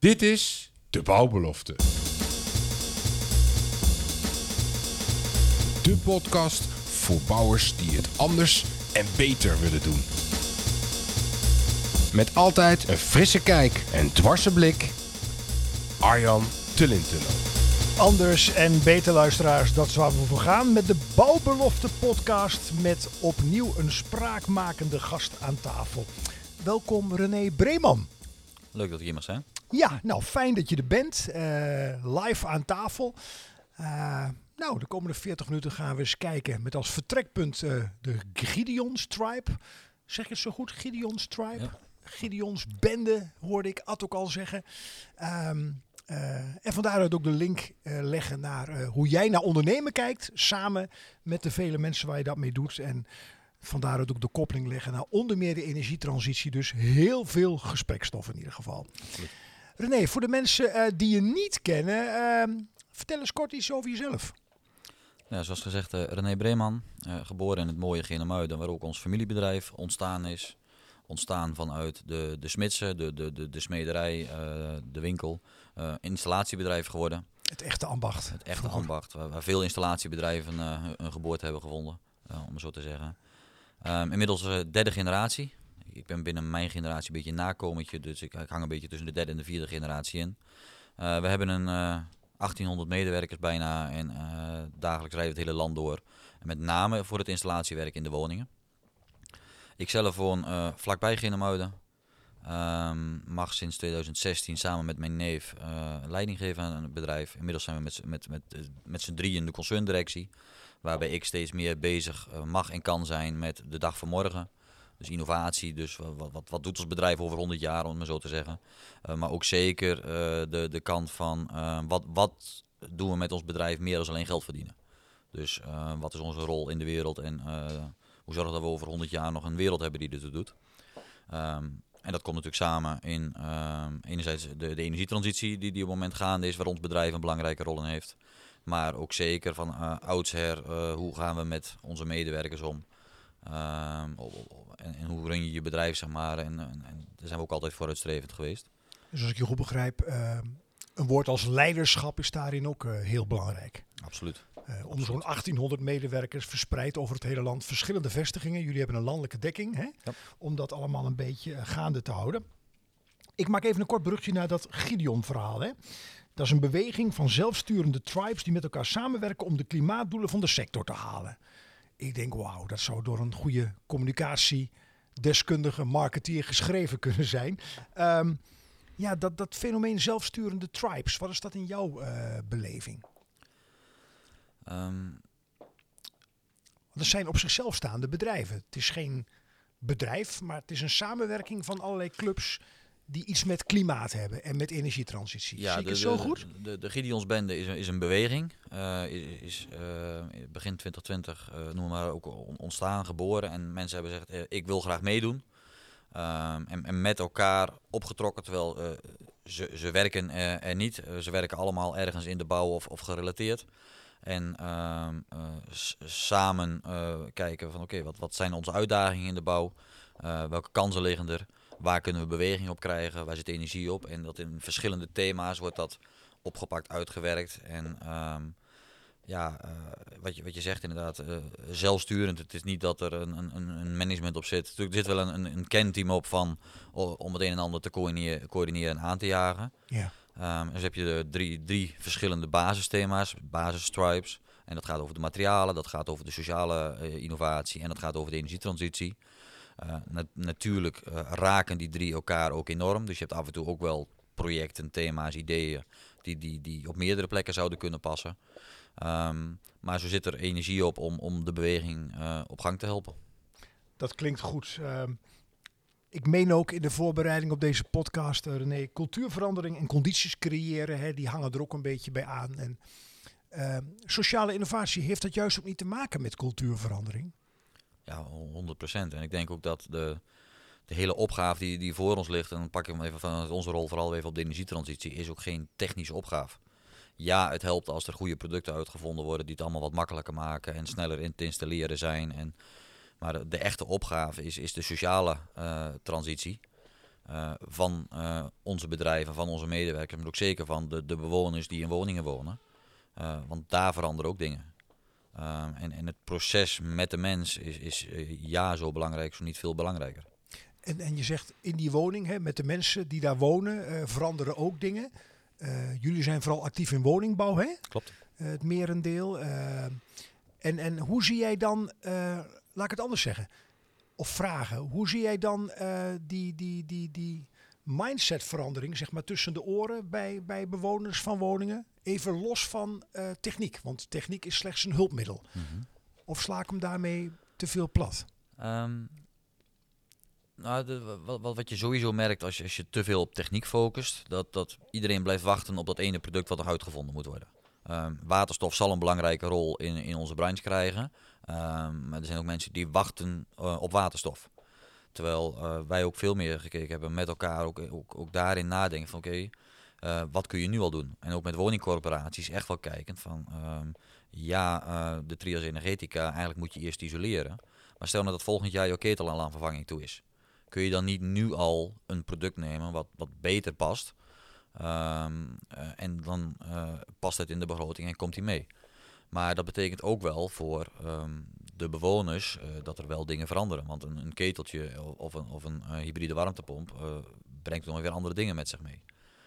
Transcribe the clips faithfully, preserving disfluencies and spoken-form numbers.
Dit is De Bouwbelofte. De podcast voor bouwers die het anders en beter willen doen. Met altijd een frisse kijk en dwarse blik. Arjan Tullintunnel. Anders en beter, luisteraars, dat is waar we voor gaan met de Bouwbelofte podcast met opnieuw een spraakmakende gast aan tafel. Welkom René Breeman. Leuk dat ik hier mag zijn. Ja, nou fijn dat je er bent. Uh, live aan tafel. Uh, nou, de komende veertig minuten gaan we eens kijken met als vertrekpunt uh, de Gideon's Tribe. Zeg je het zo goed? Gideon's Tribe? Ja. Gideon's bende, hoorde ik Ad ook al zeggen. Um, uh, en vandaaruit ook de link uh, leggen naar uh, hoe jij naar ondernemen kijkt. Samen met de vele mensen waar je dat mee doet. En vandaaruit ook de koppeling leggen naar onder meer de energietransitie. Dus heel veel gesprekstof in ieder geval. Absoluut. René, voor de mensen uh, die je niet kennen, uh, vertel eens kort iets over jezelf. Ja, zoals gezegd, uh, René Breeman, uh, geboren in het mooie Genemuiden, waar ook ons familiebedrijf ontstaan is. Ontstaan vanuit de, de smidsen, de, de, de, de smederij, uh, de winkel, uh, installatiebedrijf geworden. Het echte ambacht. Het echte vroeger. ambacht, waar, waar veel installatiebedrijven uh, een geboorte hebben gevonden, uh, om het zo te zeggen. Um, inmiddels uh, derde generatie. Ik ben binnen mijn generatie een beetje een nakomertje, dus ik, ik hang een beetje tussen de derde en de vierde generatie in. Uh, we hebben een uh, achttienhonderd medewerkers bijna en uh, dagelijks rijden we het hele land door. En met name voor het installatiewerk in de woningen. Ik zelf woon uh, vlakbij Genemuiden. Um, mag sinds tweeduizend zestien samen met mijn neef uh, leiding geven aan het bedrijf. Inmiddels zijn we met, met, met, met z'n drieën in de concerndirectie. Waarbij ik steeds meer bezig uh, mag en kan zijn met de dag van morgen. Dus innovatie, dus wat, wat, wat doet ons bedrijf over honderd jaar, om het maar zo te zeggen. Uh, maar ook zeker uh, de, de kant van uh, wat, wat doen we met ons bedrijf meer dan alleen geld verdienen. Dus uh, wat is onze rol in de wereld en uh, hoe zorgen dat we over honderd jaar nog een wereld hebben die dit doet. Um, en dat komt natuurlijk samen in uh, enerzijds de, de energietransitie die, die op het moment gaande is, waar ons bedrijf een belangrijke rol in heeft. Maar ook zeker van uh, oudsher, uh, hoe gaan we met onze medewerkers om? Uh, en, en hoe run je je bedrijf, zeg maar. En, en, en daar zijn we ook altijd vooruitstrevend geweest. Dus als ik je goed begrijp, uh, een woord als leiderschap is daarin ook uh, heel belangrijk. Absoluut. Uh, om zo'n achttienhonderd medewerkers verspreid over het hele land, verschillende vestigingen. Jullie hebben een landelijke dekking, hè? Ja. Om dat allemaal een beetje uh, gaande te houden. Ik maak even een kort brugje naar dat Gideon-verhaal, hè? Dat is een beweging van zelfsturende tribes die met elkaar samenwerken om de klimaatdoelen van de sector te halen. Ik denk, wauw, dat zou door een goede communicatiedeskundige, marketeer geschreven kunnen zijn. Um, ja, dat, dat fenomeen zelfsturende tribes, wat is dat in jouw uh, beleving? Um. Want er zijn op zichzelf staande bedrijven. Het is geen bedrijf, maar het is een samenwerking van allerlei clubs die iets met klimaat hebben en met energietransitie. Ja, Zie ik de, het zo de, goed? De, de, de Gideon's bende is, is een beweging. Uh, is uh, begin twintig twintig uh, noem maar ook ontstaan, geboren. En mensen hebben gezegd, uh, ik wil graag meedoen. Uh, en, en met elkaar opgetrokken, terwijl uh, ze, ze werken uh, er niet. Uh, ze werken allemaal ergens in de bouw of, of gerelateerd. En uh, uh, s- samen uh, kijken van oké, okay, wat, wat zijn onze uitdagingen in de bouw? Uh, welke kansen liggen er? Waar kunnen we beweging op krijgen? Waar zit energie op? En dat in verschillende thema's wordt dat opgepakt, uitgewerkt. En um, ja, uh, wat, je, wat je zegt inderdaad, uh, zelfsturend. Het is niet dat er een, een, een management op zit. Er zit wel een, een, een kenteam op van om het een en ander te coördineren, coördineren en aan te jagen. Ja. Um, dus heb je de drie, drie verschillende basisthema's, basistribes. En dat gaat over de materialen, dat gaat over de sociale uh, innovatie en dat gaat over de energietransitie. Uh, nat- natuurlijk uh, raken die drie elkaar ook enorm. Dus je hebt af en toe ook wel projecten, thema's, ideeën die, die, die op meerdere plekken zouden kunnen passen. Um, maar zo zit er energie op om, om de beweging uh, op gang te helpen. Dat klinkt goed. Uh, ik meen ook in de voorbereiding op deze podcast, uh, René, cultuurverandering en condities creëren, hè, die hangen er ook een beetje bij aan. En uh, sociale innovatie, heeft dat juist ook niet te maken met cultuurverandering? Ja, honderd procent. En ik denk ook dat de, de hele opgave die, die voor ons ligt, en dan pak ik hem even van onze rol vooral even op de energietransitie, is ook geen technische opgave. Ja, het helpt als er goede producten uitgevonden worden die het allemaal wat makkelijker maken en sneller in te installeren zijn. En, maar de, de echte opgave is, is de sociale uh, transitie. uh, van uh, onze bedrijven, van onze medewerkers, maar ook zeker van de, de bewoners die in woningen wonen. Uh, want daar veranderen ook dingen. Uh, en, en het proces met de mens is, is uh, ja zo belangrijk, zo niet veel belangrijker. En, en je zegt in die woning, hè, met de mensen die daar wonen, uh, veranderen ook dingen. Uh, jullie zijn vooral actief in woningbouw, hè? Klopt. Uh, het merendeel. Uh, en, en hoe zie jij dan, uh, laat ik het anders zeggen, of vragen, hoe zie jij dan uh, die, die, die, die mindsetverandering, zeg maar, tussen de oren bij, bij bewoners van woningen? Even los van uh, techniek, want techniek is slechts een hulpmiddel. Mm-hmm. Of sla ik hem daarmee te veel plat? Um, nou, de, wat, wat je sowieso merkt als je, als je te veel op techniek focust, dat, dat iedereen blijft wachten op dat ene product wat nog uitgevonden moet worden. Um, waterstof zal een belangrijke rol in, in onze branche krijgen. Um, maar er zijn ook mensen die wachten uh, op waterstof. Terwijl uh, wij ook veel meer gekeken hebben met elkaar, ook, ook, ook daarin nadenken van oké, okay, uh, wat kun je nu al doen? En ook met woningcorporaties echt wel kijkend van um, ja, uh, de trias energetica, eigenlijk moet je eerst isoleren. Maar stel nou dat volgend jaar jouw ketel al aan vervanging toe is. Kun je dan niet nu al een product nemen wat, wat beter past? Um, uh, en dan uh, past het in de begroting en komt die mee. Maar dat betekent ook wel voor um, de bewoners uh, dat er wel dingen veranderen. Want een, een keteltje of een, of een uh, hybride warmtepomp uh, brengt nog weer andere dingen met zich mee.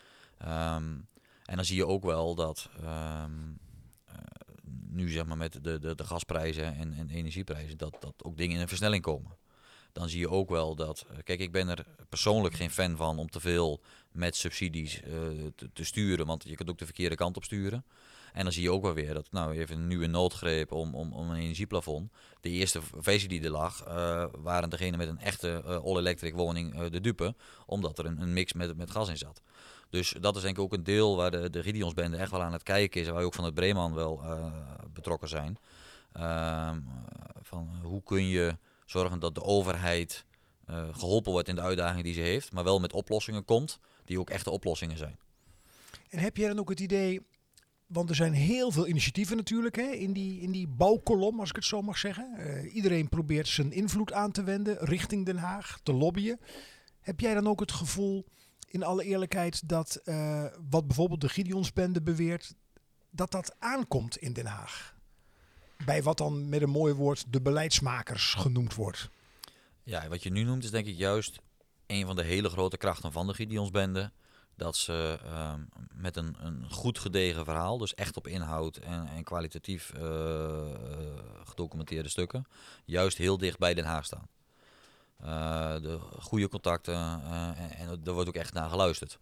Um, en dan zie je ook wel dat um, uh, nu zeg maar met de, de, de gasprijzen en, en energieprijzen dat, dat ook dingen in een versnelling komen. Dan zie je ook wel dat, kijk, ik ben er persoonlijk geen fan van om te veel met subsidies uh, te, te sturen, want je kunt ook de verkeerde kant op sturen. En dan zie je ook wel weer dat, nou, even een nieuwe noodgreep om, om, om een energieplafond. De eerste versie die er lag, uh, waren degene met een echte uh, all-electric woning uh, de dupe, omdat er een, een mix met, met gas in zat. Dus dat is denk ik ook een deel waar de, de Gideonsbende echt wel aan het kijken is, en waar we ook van het Breeman wel uh, betrokken zijn. Uh, van hoe kun je zorgen dat de overheid uh, geholpen wordt in de uitdagingen die ze heeft, maar wel met oplossingen komt die ook echte oplossingen zijn. En heb jij dan ook het idee, want er zijn heel veel initiatieven natuurlijk, hè, in die, in die bouwkolom, als ik het zo mag zeggen. Uh, iedereen probeert zijn invloed aan te wenden richting Den Haag, te lobbyen. Heb jij dan ook het gevoel, in alle eerlijkheid, dat uh, wat bijvoorbeeld de Gideonsbende beweert, dat dat aankomt in Den Haag? Bij wat dan met een mooi woord de beleidsmakers genoemd wordt. Ja, wat je nu noemt is denk ik juist een van de hele grote krachten van de Gideonsbende. Dat ze uh, met een, een goed gedegen verhaal, dus echt op inhoud en, en kwalitatief uh, uh, gedocumenteerde stukken, juist heel dicht bij Den Haag staan. Uh, de goede contacten uh, en, en er wordt ook echt naar geluisterd.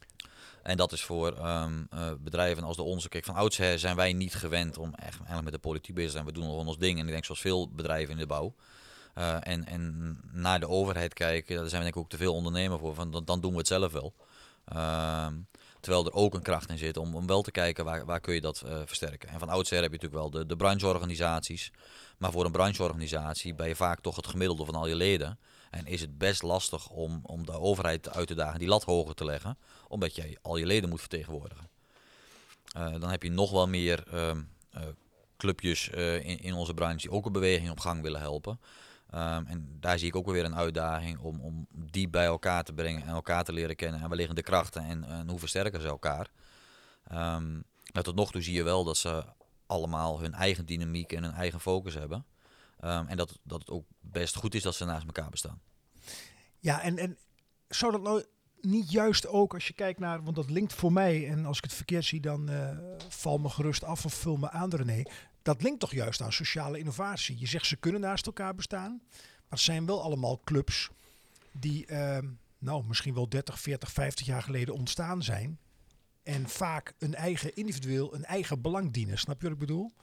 En dat is voor um, uh, bedrijven als de onze. Kijk, van oudsher zijn wij niet gewend om echt eigenlijk met de politiek bezig te zijn. We doen gewoon ons ding. En ik denk zoals veel bedrijven in de bouw. Uh, en, en naar de overheid kijken, daar zijn we denk ik ook te veel ondernemer voor. Van, dan, dan doen we het zelf wel. Uh, terwijl er ook een kracht in zit om, om wel te kijken waar, waar kun je dat uh, versterken. En van oudsher heb je natuurlijk wel de, de brancheorganisaties. Maar voor een brancheorganisatie ben je vaak toch het gemiddelde van al je leden. En is het best lastig om, om de overheid uit te dagen die lat hoger te leggen, omdat je al je leden moet vertegenwoordigen. Uh, dan heb je nog wel meer uh, uh, clubjes uh, in, in onze branche die ook een beweging op gang willen helpen. Um, en daar zie ik ook weer een uitdaging om, om die bij elkaar te brengen en elkaar te leren kennen. En waar liggen de krachten en, en hoe versterken ze elkaar. Um, maar tot nog toe zie je wel dat ze allemaal hun eigen dynamiek en hun eigen focus hebben. Um, en dat, dat het ook best goed is dat ze naast elkaar bestaan. Ja, en, en zou dat nou niet juist ook, als je kijkt naar, want dat linkt voor mij, en als ik het verkeerd zie, dan uh, val me gerust af of vul me aan, René. Dat linkt toch juist aan sociale innovatie. Je zegt ze kunnen naast elkaar bestaan, maar het zijn wel allemaal clubs die uh, nou misschien wel dertig, veertig, vijftig jaar geleden ontstaan zijn. En vaak een eigen individueel, een eigen belang dienen. Snap je wat ik bedoel?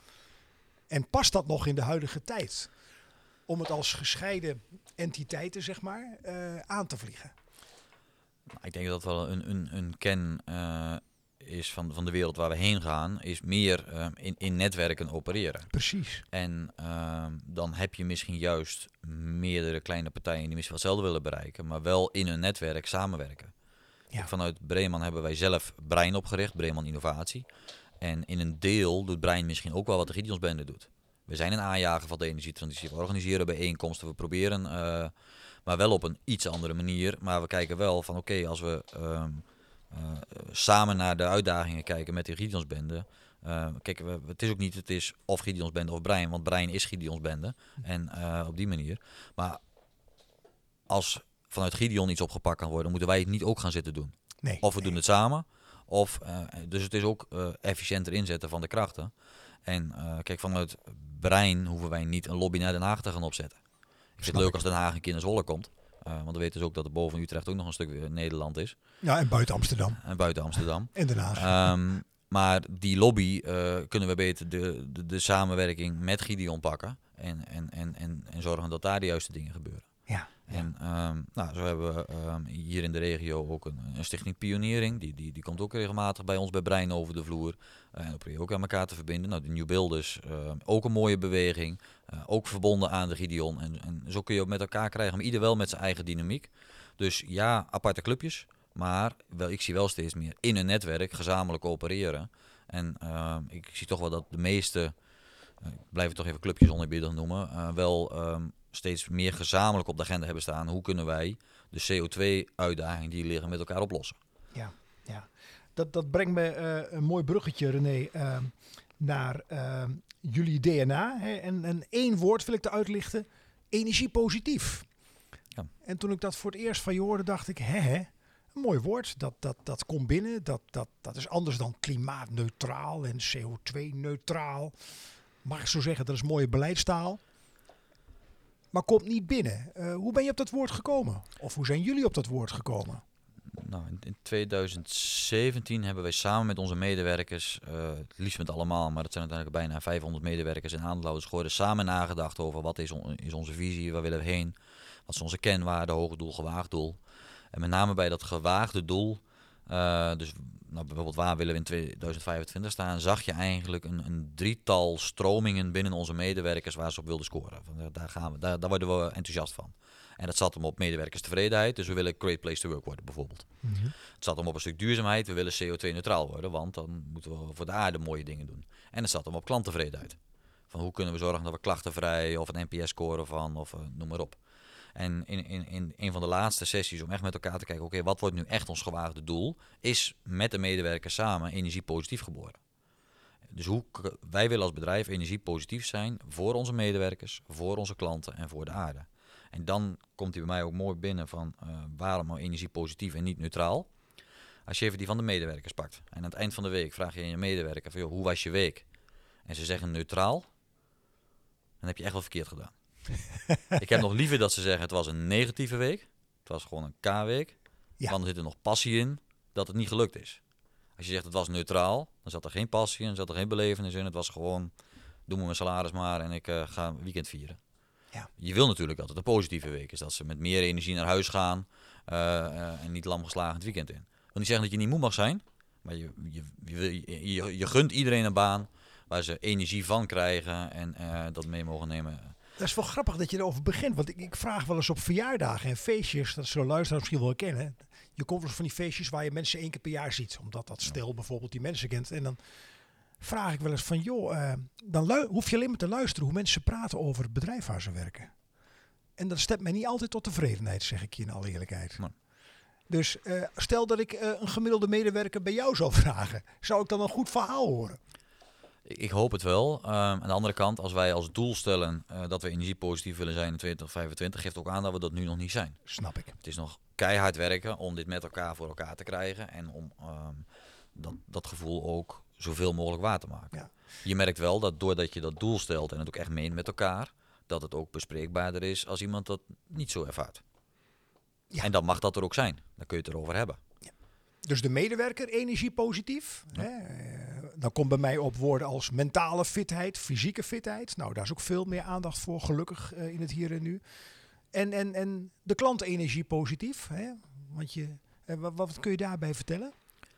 En past dat nog in de huidige tijd? Om het als gescheiden entiteiten, zeg maar, uh, aan te vliegen. Nou, ik denk dat dat wel een, een, een ken uh, is van, van de wereld waar we heen gaan. Is meer uh, in, in netwerken opereren. Precies. En uh, dan heb je misschien juist meerdere kleine partijen die misschien wel hetzelfde willen bereiken. Maar wel in een netwerk samenwerken. Ja. Vanuit Breeman hebben wij zelf Brein opgericht, Breeman Innovatie. En in een deel doet Brein misschien ook wel wat de Gideonsbende doet. We zijn een aanjager van de energietransitie. We organiseren bijeenkomsten, we proberen... Uh, Maar wel op een iets andere manier. Maar we kijken wel van oké, okay, als we um, uh, samen naar de uitdagingen kijken met die Gideonsbende. Uh, kijk, we, het is ook niet, het is of Gideonsbende of Brein, want Brein is Gideonsbende. En uh, op die manier. Maar als vanuit Gideon iets opgepakt kan worden, moeten wij het niet ook gaan zitten doen. Nee, of we nee. doen het samen. Of, uh, dus het is ook uh, efficiënter inzetten van de krachten. En uh, kijk, vanuit Brein hoeven wij niet een lobby naar Den Haag te gaan opzetten. Ik vind het leuk ik. als Den Haag een keer naar Zwolle komt. Uh, want we weten dus ook dat er boven Utrecht ook nog een stuk uh, Nederland is. Ja, en buiten Amsterdam. En buiten Amsterdam. En Den Haag. Um, maar die lobby uh, kunnen we beter de, de, de samenwerking met Gideon pakken. En, en, en, en, en zorgen dat daar de juiste dingen gebeuren. Ja. En um, nou, zo hebben we um, hier in de regio ook een, een stichting Pioniering. Die, die, die komt ook regelmatig bij ons bij Brein over de vloer. Uh, en dan probeer je ook aan elkaar te verbinden. Nou, de New Builders, uh, ook een mooie beweging. Uh, ook verbonden aan de Gideon. En, en zo kun je ook met elkaar krijgen, maar ieder wel met zijn eigen dynamiek. Dus ja, aparte clubjes. Maar wel, ik zie wel steeds meer in een netwerk gezamenlijk opereren. En uh, ik zie toch wel dat de meeste, uh, ik blijf het toch even clubjes oneerbiedig noemen, uh, wel um, steeds meer gezamenlijk op de agenda hebben staan. Hoe kunnen wij de C O twee uitdagingen die liggen met elkaar oplossen? Ja, ja. Dat, dat brengt me uh, een mooi bruggetje, René, uh, naar uh, jullie D N A. Hè? En, en één woord wil ik eruit lichten. Energiepositief. Ja. En toen ik dat voor het eerst van je hoorde, dacht ik, hè, hè, een mooi woord. Dat, dat, dat komt binnen. Dat, dat, dat is anders dan klimaatneutraal en C O twee neutraal. Mag ik zo zeggen, dat is mooie beleidstaal. Maar komt niet binnen. Uh, hoe ben je op dat woord gekomen? Of hoe zijn jullie op dat woord gekomen? Nou, in, in twintig zeventien hebben wij samen met onze medewerkers, uh, het liefst met allemaal, maar dat zijn uiteindelijk bijna vijfhonderd medewerkers en aandeelhouders geworden, samen nagedacht over wat is, on, is onze visie, waar willen we heen, wat is onze kenwaarde, hoog doel, gewaagd doel. En met name bij dat gewaagde doel, uh, dus nou, bijvoorbeeld waar willen we in tweeduizend vijfentwintig staan, zag je eigenlijk een, een drietal stromingen binnen onze medewerkers waar ze op wilden scoren. Van, daar, gaan we, daar, daar worden we enthousiast van. En dat zat hem op medewerkerstevredenheid, dus we willen Great Place to Work worden bijvoorbeeld. Mm-hmm. Het zat hem op een stuk duurzaamheid, we willen C O twee neutraal worden, want dan moeten we voor de aarde mooie dingen doen. En het zat hem op klanttevredenheid. Van hoe kunnen we zorgen dat we klachtenvrij of een N P S scoren van of uh, noem maar op. En in, in, in een van de laatste sessies om echt met elkaar te kijken, oké, okay, wat wordt nu echt ons gewaagde doel, is met de medewerkers samen energiepositief geboren. Dus hoe wij willen als bedrijf energiepositief zijn voor onze medewerkers, voor onze klanten en voor de aarde. En dan komt hij bij mij ook mooi binnen van uh, waarom nou energiepositief en niet neutraal. Als je even die van de medewerkers pakt en aan het eind van de week vraag je aan je medewerker van, joh, hoe was je week? En ze zeggen neutraal, dan heb je echt wel verkeerd gedaan. Ik heb nog liever dat ze zeggen het was een negatieve week. Het was gewoon een K-week. Ja. Want er zit er nog passie in dat het niet gelukt is. Als je zegt het was neutraal, dan zat er geen passie in, zat er geen belevenis in. Het was gewoon, doe me mijn salaris maar en ik uh, ga een weekend vieren. Ja. Je wil natuurlijk dat het een positieve week is. Dat ze met meer energie naar huis gaan uh, uh, en niet lam geslagen het weekend in. Ik wil niet zeggen dat je niet moe mag zijn. Maar je, je, je, je, je gunt iedereen een baan waar ze energie van krijgen en uh, dat mee mogen nemen. Dat is wel grappig dat je erover begint. Want ik, ik vraag wel eens op verjaardagen en feestjes, dat zullen luisteraars misschien wel herkennen. Je komt dus van die feestjes waar je mensen één keer per jaar ziet. Omdat dat stel bijvoorbeeld die mensen kent. En dan vraag ik wel eens van, joh, uh, dan lu- hoef je alleen maar te luisteren hoe mensen praten over het bedrijf waar ze werken. En dat stemt mij niet altijd tot tevredenheid, zeg ik je in alle eerlijkheid. Nee. Dus uh, stel dat ik uh, een gemiddelde medewerker bij jou zou vragen. Zou ik dan een goed verhaal horen? Ik hoop het wel. Um, aan de andere kant, als wij als doel stellen uh, dat we energiepositief willen zijn in twintig vijfentwintig, geeft ook aan dat we dat nu nog niet zijn. Snap ik. Het is nog keihard werken om dit met elkaar voor elkaar te krijgen en om um, dat, dat gevoel ook zoveel mogelijk waar te maken. Ja. Je merkt wel dat doordat je dat doel stelt en het ook echt meent met elkaar, dat het ook bespreekbaarder is als iemand dat niet zo ervaart. Ja. En dan mag dat er ook zijn. Dan kun je het erover hebben. Ja. Dus de medewerker energiepositief. Ja. Hè? Dan komt bij mij op woorden als mentale fitheid, fysieke fitheid. Nou, daar is ook veel meer aandacht voor, gelukkig, uh, in het hier en nu. En, en, en de klant energiepositief. Hè? Want je, uh, wat, wat kun je daarbij vertellen?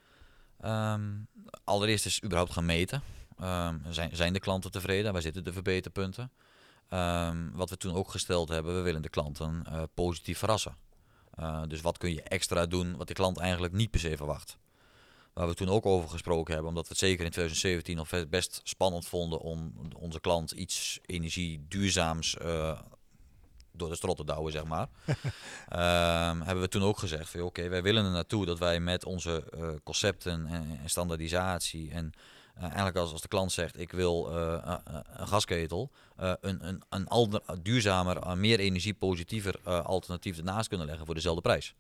Um, allereerst is überhaupt gaan meten. Um, zijn, zijn de klanten tevreden? Waar zitten de verbeterpunten? Um, wat we toen ook gesteld hebben, we willen de klanten uh, positief verrassen. Uh, dus wat kun je extra doen wat de klant eigenlijk niet per se verwacht. Waar we toen ook over gesproken hebben, omdat we het zeker in twintig zeventien nog best spannend vonden om onze klant iets energieduurzaams uh, door de strot te douwen, zeg maar. um, hebben we toen ook gezegd van, oké, okay, wij willen er naartoe dat wij met onze uh, concepten en, en standaardisatie en uh, eigenlijk als, als de klant zegt, ik wil uh, uh, uh, een gasketel, uh, een, een, een alder, uh, duurzamer, uh, meer energiepositiever uh, alternatief ernaast kunnen leggen voor dezelfde prijs.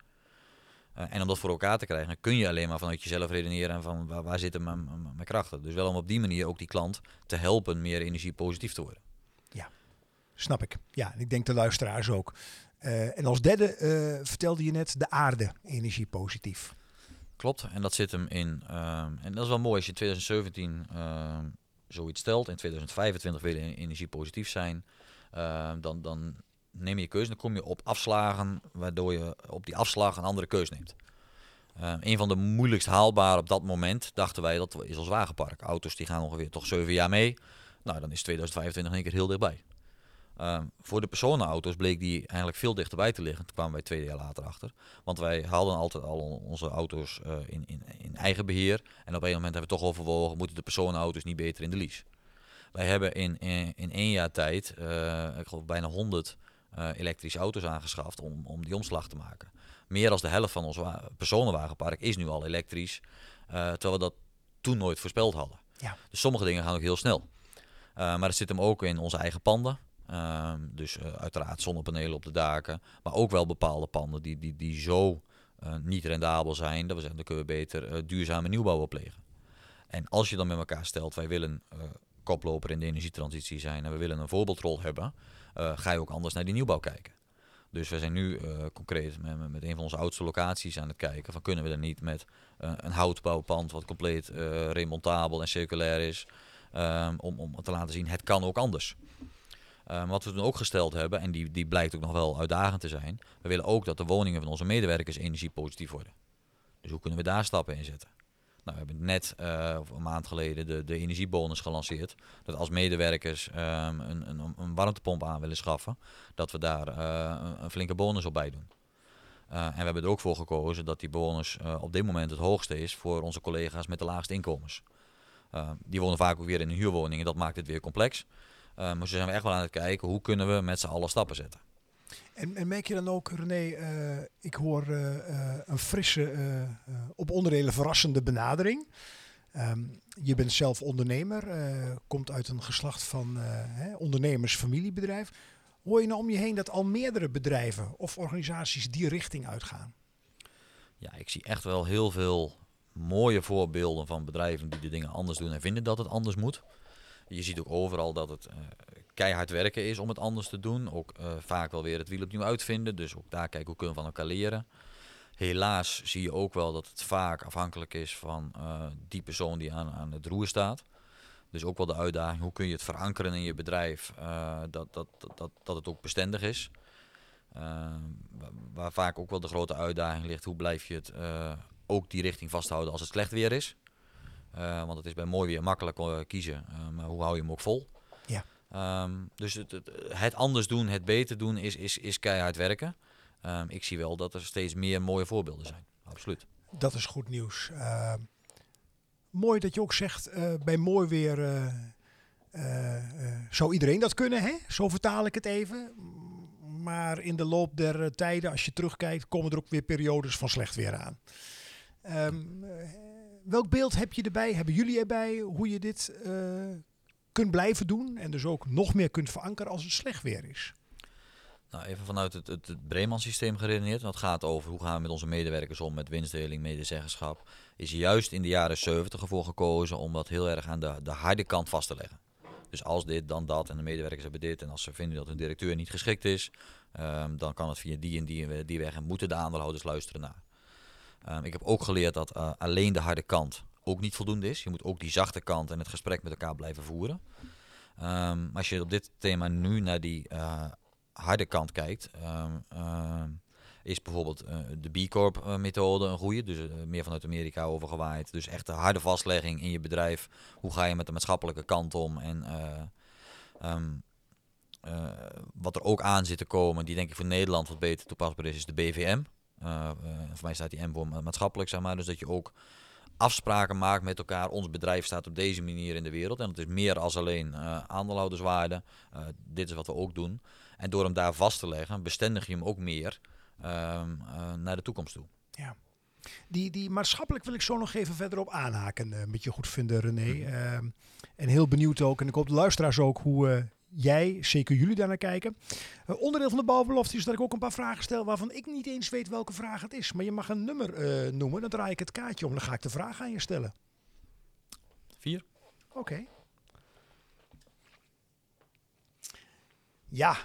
Uh, en om dat voor elkaar te krijgen, kun je alleen maar vanuit jezelf redeneren en van waar, waar zitten mijn, mijn, mijn krachten. Dus wel om op die manier ook die klant te helpen meer energiepositief te worden. Ja, snap ik. Ja, ik denk de luisteraars ook. Uh, en als derde uh, vertelde je net de aarde energiepositief. Klopt, en dat zit hem in, uh, en dat is wel mooi als je in twintig zeventien uh, zoiets stelt, in twintig vijfentwintig wil je energiepositief zijn, uh, dan, dan neem je je keuze, dan kom je op afslagen, waardoor je op die afslag een andere keuze neemt. Uh, een van de moeilijkst haalbare op dat moment, dachten wij, dat is ons wagenpark. Auto's die gaan ongeveer toch zeven jaar mee, nou dan is twintig vijfentwintig in één keer heel dichtbij. Uh, voor de personenauto's bleek die eigenlijk veel dichterbij te liggen. Toen kwamen wij twee jaar later achter. Want wij hadden altijd al onze auto's uh, in, in, in eigen beheer. En op een moment hebben we toch overwogen, moeten de personenauto's niet beter in de lease. Wij hebben in, in, in één jaar tijd, uh, ik geloof bijna honderd uh, elektrische auto's aangeschaft om, om die omslag te maken. Meer dan de helft van ons wa- personenwagenpark is nu al elektrisch. Uh, terwijl we dat toen nooit voorspeld hadden. Ja. Dus sommige dingen gaan ook heel snel. Uh, maar dat zit hem ook in onze eigen panden. Uh, dus uh, uiteraard zonnepanelen op de daken, maar ook wel bepaalde panden die, die, die zo uh, niet rendabel zijn, dat we zeggen, dan kunnen we beter uh, duurzame nieuwbouw plegen. En als je dan met elkaar stelt, wij willen uh, koploper in de energietransitie zijn en we willen een voorbeeldrol hebben, uh, ga je ook anders naar die nieuwbouw kijken. Dus we zijn nu uh, concreet met, met een van onze oudste locaties aan het kijken, van kunnen we er niet met uh, een houtbouwpand wat compleet uh, remontabel en circulair is, um, om, om te laten zien, het kan ook anders. Um, wat we toen ook gesteld hebben, en die, die blijkt ook nog wel uitdagend te zijn, we willen ook dat de woningen van onze medewerkers energiepositief worden. Dus hoe kunnen we daar stappen in zetten? Nou, we hebben net uh, een maand geleden de, de energiebonus gelanceerd. Dat als medewerkers um, een, een, een warmtepomp aan willen schaffen, dat we daar uh, een, een flinke bonus op bij doen. Uh, en we hebben er ook voor gekozen dat die bonus uh, op dit moment het hoogste is voor onze collega's met de laagste inkomens. Uh, die wonen vaak ook weer in een huurwoning en dat maakt het weer complex. Uh, maar zo zijn we echt wel aan het kijken, hoe kunnen we met z'n allen stappen zetten. En, en merk je dan ook, René, uh, ik hoor uh, uh, een frisse, uh, uh, op onderdelen verrassende benadering. Um, je bent zelf ondernemer, uh, komt uit een geslacht van uh, hè, ondernemers, familiebedrijf. Hoor je nou om je heen dat al meerdere bedrijven of organisaties die richting uitgaan? Ja, ik zie echt wel heel veel mooie voorbeelden van bedrijven die de dingen anders doen en vinden dat het anders moet. Je ziet ook overal dat het uh, keihard werken is om het anders te doen. Ook uh, vaak wel weer het wiel opnieuw uitvinden. Dus ook daar kijken hoe kunnen we van elkaar leren. Helaas zie je ook wel dat het vaak afhankelijk is van uh, die persoon die aan, aan het roer staat. Dus ook wel de uitdaging, hoe kun je het verankeren in je bedrijf, uh, dat, dat, dat, dat het ook bestendig is. Uh, waar vaak ook wel de grote uitdaging ligt, hoe blijf je het uh, ook die richting vasthouden als het slecht weer is. Uh, want het is bij mooi weer makkelijk uh, kiezen, uh, maar hoe hou je hem ook vol? Ja. Um, dus het, het, het anders doen, het beter doen is, is, is keihard werken. Um, ik zie wel dat er steeds meer mooie voorbeelden zijn, absoluut. Dat is goed nieuws. Uh, mooi dat je ook zegt, uh, bij mooi weer uh, uh, uh, zou iedereen dat kunnen, hè? Zo vertaal ik het even. Maar in de loop der uh, tijden, als je terugkijkt, komen er ook weer periodes van slecht weer aan. Um, uh, welk beeld heb je erbij, hebben jullie erbij, hoe je dit uh, kunt blijven doen en dus ook nog meer kunt verankeren als het slecht weer is? Nou, even vanuit het, het, het Breeman-systeem geredeneerd. Dat gaat over hoe gaan we met onze medewerkers om met winstdeling, medezeggenschap. Is juist in de jaren zeventig ervoor gekozen om dat heel erg aan de, de harde kant vast te leggen. Dus als dit, dan dat en de medewerkers hebben dit. En als ze vinden dat hun directeur niet geschikt is, um, dan kan het via die en die en die weg en moeten de aandeelhouders luisteren naar. Um, ik heb ook geleerd dat uh, alleen de harde kant ook niet voldoende is. Je moet ook die zachte kant en het gesprek met elkaar blijven voeren. Um, als je op dit thema nu naar die uh, harde kant kijkt, um, uh, is bijvoorbeeld uh, de B Corp uh, methode een goede. Dus uh, meer vanuit Amerika overgewaaid. Dus echt de harde vastlegging in je bedrijf. Hoe ga je met de maatschappelijke kant om? En uh, um, uh, wat er ook aan zit te komen, die denk ik voor Nederland wat beter toepasbaar is, is de B V M. Uh, uh, voor mij staat die M voor maatschappelijk, zeg maar. Dus dat je ook afspraken maakt met elkaar. Ons bedrijf staat op deze manier in de wereld. En het is meer als alleen uh, aandeelhouderswaarde. Uh, dit is wat we ook doen. En door hem daar vast te leggen, bestendig je hem ook meer uh, uh, naar de toekomst toe. Ja. Die, die maatschappelijk wil ik zo nog even verder op aanhaken. Uh, met je goedvinden, René. Uh, en heel benieuwd ook. En ik hoop de luisteraars ook hoe uh, jij, zeker jullie, daar naar kijken. Uh, onderdeel van de bouwbelofte is dat ik ook een paar vragen stel waarvan ik niet eens weet welke vraag het is. Maar je mag een nummer uh, noemen. Dan draai ik het kaartje om. Dan ga ik de vraag aan je stellen. Vier. Oké. Okay. Ja.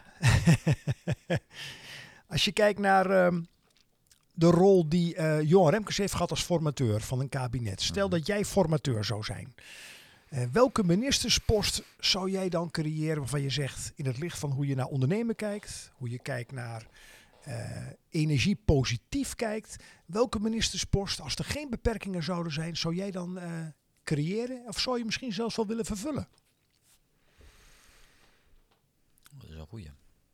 Als je kijkt naar uh, de rol die uh, Johan Remkes heeft gehad als formateur van een kabinet. Stel dat jij formateur zou zijn. Uh, welke ministerspost zou jij dan creëren waarvan je zegt, in het licht van hoe je naar ondernemen kijkt, hoe je kijkt naar uh, energie positief kijkt. Welke ministerspost, als er geen beperkingen zouden zijn, zou jij dan uh, creëren? Of zou je misschien zelfs wel willen vervullen? Dat is een goeie.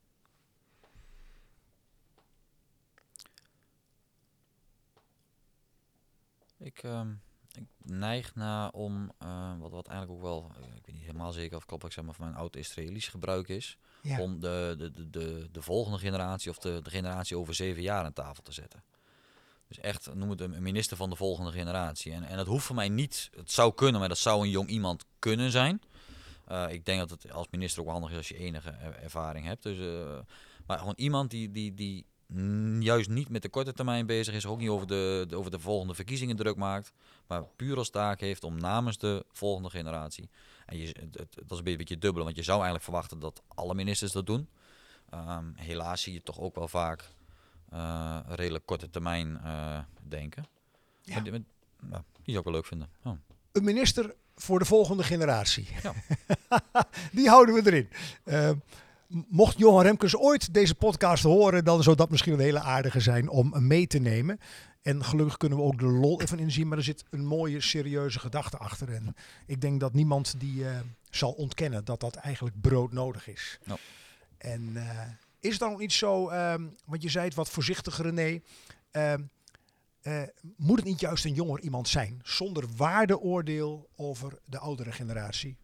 Ik, uh, ik neig naar om, uh, wat, wat eigenlijk ook wel, uh, ik weet niet helemaal zeker of klopt, ik zeg maar van mijn oud-Israëlisch gebruik is, ja. om de, de, de, de, de volgende generatie of de, de generatie over zeven jaar aan tafel te zetten. Dus echt, noem het een minister van de volgende generatie. En, en dat hoeft voor mij niet, het zou kunnen, maar dat zou een jong iemand kunnen zijn. Uh, ik denk dat het als minister ook handig is als je enige er, ervaring hebt. Dus, uh, maar gewoon iemand die, die, die juist niet met de korte termijn bezig is, ook niet over de, de, over de volgende verkiezingen druk maakt, maar puur als taak heeft om namens de volgende generatie. En je, het, het, dat is een beetje dubbel, want je zou eigenlijk verwachten dat alle ministers dat doen. Um, helaas zie je toch ook wel vaak uh, redelijk korte termijn uh, denken. Ja. Maar, met, nou, die zou ik wel leuk vinden. Oh. Een minister voor de volgende generatie. Ja. Die houden we erin. Uh, mocht Johan Remkes ooit deze podcast horen, dan zou dat misschien een hele aardige zijn om mee te nemen. En gelukkig kunnen we ook de lol even inzien, maar er zit een mooie, serieuze gedachte achter. En ik denk dat niemand die uh, zal ontkennen dat dat eigenlijk broodnodig is. No. En uh, is het dan ook niet zo, uh, want je zei het wat voorzichtiger, René, uh, Uh, moet het niet juist een jonger iemand zijn, zonder waardeoordeel over de oudere generatie?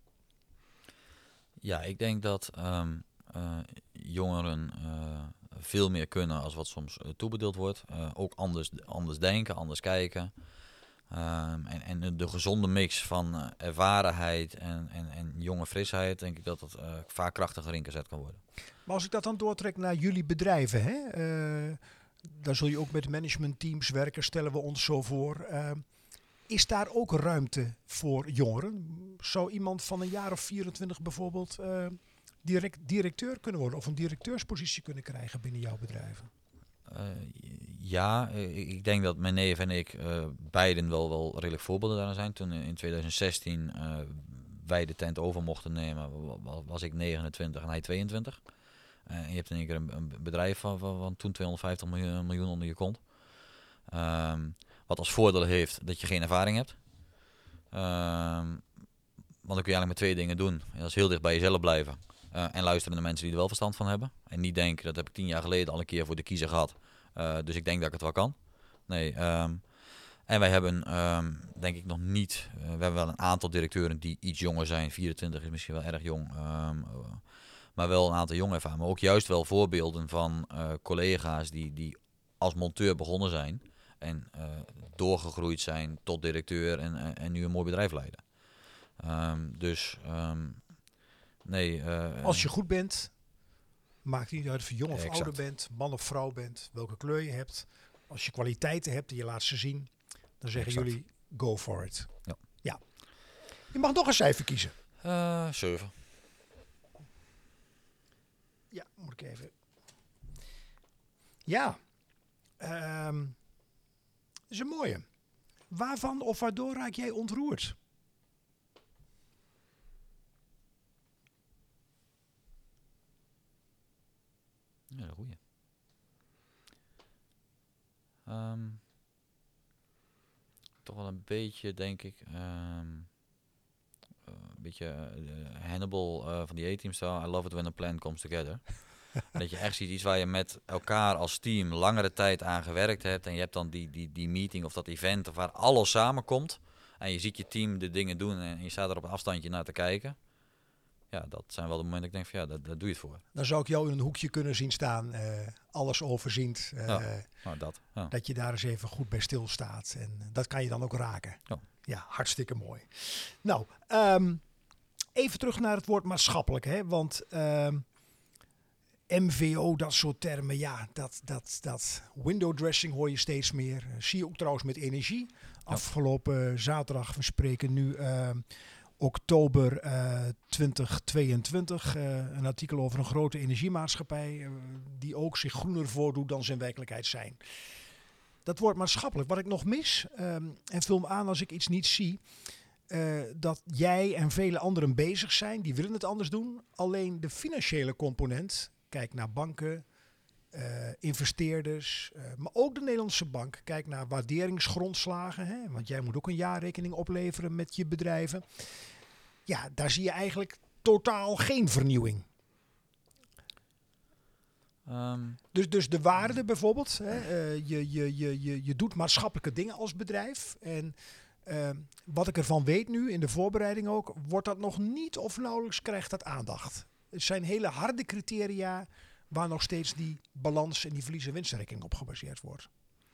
Ja, ik denk dat um, uh, jongeren uh, veel meer kunnen als wat soms uh, toebedeeld wordt. Uh, ook anders, anders denken, anders kijken. Um, en, en de gezonde mix van uh, ervarenheid en, en, en jonge frisheid, denk ik dat het uh, vaak krachtiger ingezet kan worden. Maar als ik dat dan doortrek naar jullie bedrijven, hè? Uh, daar zul je ook met managementteams werken, stellen we ons zo voor. Uh, is daar ook ruimte voor jongeren? Zou iemand van een jaar of vierentwintig bijvoorbeeld uh, direct directeur kunnen worden of een directeurspositie kunnen krijgen binnen jouw bedrijven? Uh, ja, ik denk dat mijn neef en ik uh, beiden wel, wel redelijk voorbeelden daarin zijn. Toen in twintig zestien uh, wij de tent over mochten nemen, was ik negenentwintig en hij tweeëntwintig. Uh, en je hebt in één keer een, een bedrijf van, van, van toen tweehonderdvijftig miljoen, miljoen onder je kont. Um, wat als voordeel heeft dat je geen ervaring hebt. Um, want dan kun je eigenlijk met twee dingen doen. En dat is heel dicht bij jezelf blijven. Uh, en luisteren naar mensen die er wel verstand van hebben. En niet denken, dat heb ik tien jaar geleden al een keer voor de kiezer gehad. Uh, dus ik denk dat ik het wel kan. Nee, um, en wij hebben, um, denk ik nog niet... Uh, we hebben wel een aantal directeuren die iets jonger zijn. vierentwintig is misschien wel erg jong. Um, uh, maar wel een aantal jonge ervaren. Maar ook juist wel voorbeelden van uh, collega's die, die als monteur begonnen zijn. En uh, doorgegroeid zijn tot directeur en, uh, en nu een mooi bedrijf leiden. Um, dus... Um, Nee, uh, als je goed bent, maakt niet uit of je jong of exact. ouder bent, man of vrouw bent, welke kleur je hebt. Als je kwaliteiten hebt en je laat ze zien, dan zeggen exact. jullie go for it. Ja. ja. Je mag nog een cijfer kiezen. Uh, zeven. Ja, moet ik even. Ja. Um, dat is een mooie. Waarvan of waardoor raak jij ontroerd? Ja, dat goeie. Um, toch wel een beetje, denk ik, um, uh, een beetje uh, Hannibal uh, van die A-team style. I love it when a plan comes together. Dat je echt ziet iets waar je met elkaar als team langere tijd aan gewerkt hebt. En je hebt dan die, die, die meeting of dat event of waar alles samenkomt. en je ziet je team de dingen doen en je staat er op een afstandje naar te kijken. Ja, dat zijn wel de momenten dat ik denk van ja, daar, daar doe je het voor. Dan zou ik jou in een hoekje kunnen zien staan, uh, alles overziend. Uh, ja, nou, dat, ja. Dat je daar eens even goed bij stilstaat. En dat kan je dan ook raken. Ja, ja hartstikke mooi. Nou, um, even terug naar het woord maatschappelijk. Hè? Want um, M V O, dat soort termen, ja, dat, dat, dat window dressing hoor je steeds meer. Uh, zie je ook trouwens met energie. Ja. Afgelopen uh, zaterdag, we spreken nu uh, oktober uh, twintig tweeëntwintig. Uh, een artikel over een grote energiemaatschappij uh, die ook zich groener voordoet dan ze in werkelijkheid zijn. Dat woord maatschappelijk, wat ik nog mis, um, en vul me aan als ik iets niet zie, uh, dat jij en vele anderen bezig zijn, die willen het anders doen. Alleen de financiële component, kijk naar banken, uh, investeerders, uh, maar ook de Nederlandse bank. Kijk naar waarderingsgrondslagen, hè, want jij moet ook een jaarrekening opleveren met je bedrijven. Ja, daar zie je eigenlijk totaal geen vernieuwing. Um, dus, dus de waarde bijvoorbeeld, hè, uh, je, je, je, je, je doet maatschappelijke dingen als bedrijf. En uh, wat ik ervan weet nu, in de voorbereiding ook, wordt dat nog niet of nauwelijks krijgt dat aandacht. Het zijn hele harde criteria waar nog steeds die balans en die verlies- en winstrekening op gebaseerd wordt.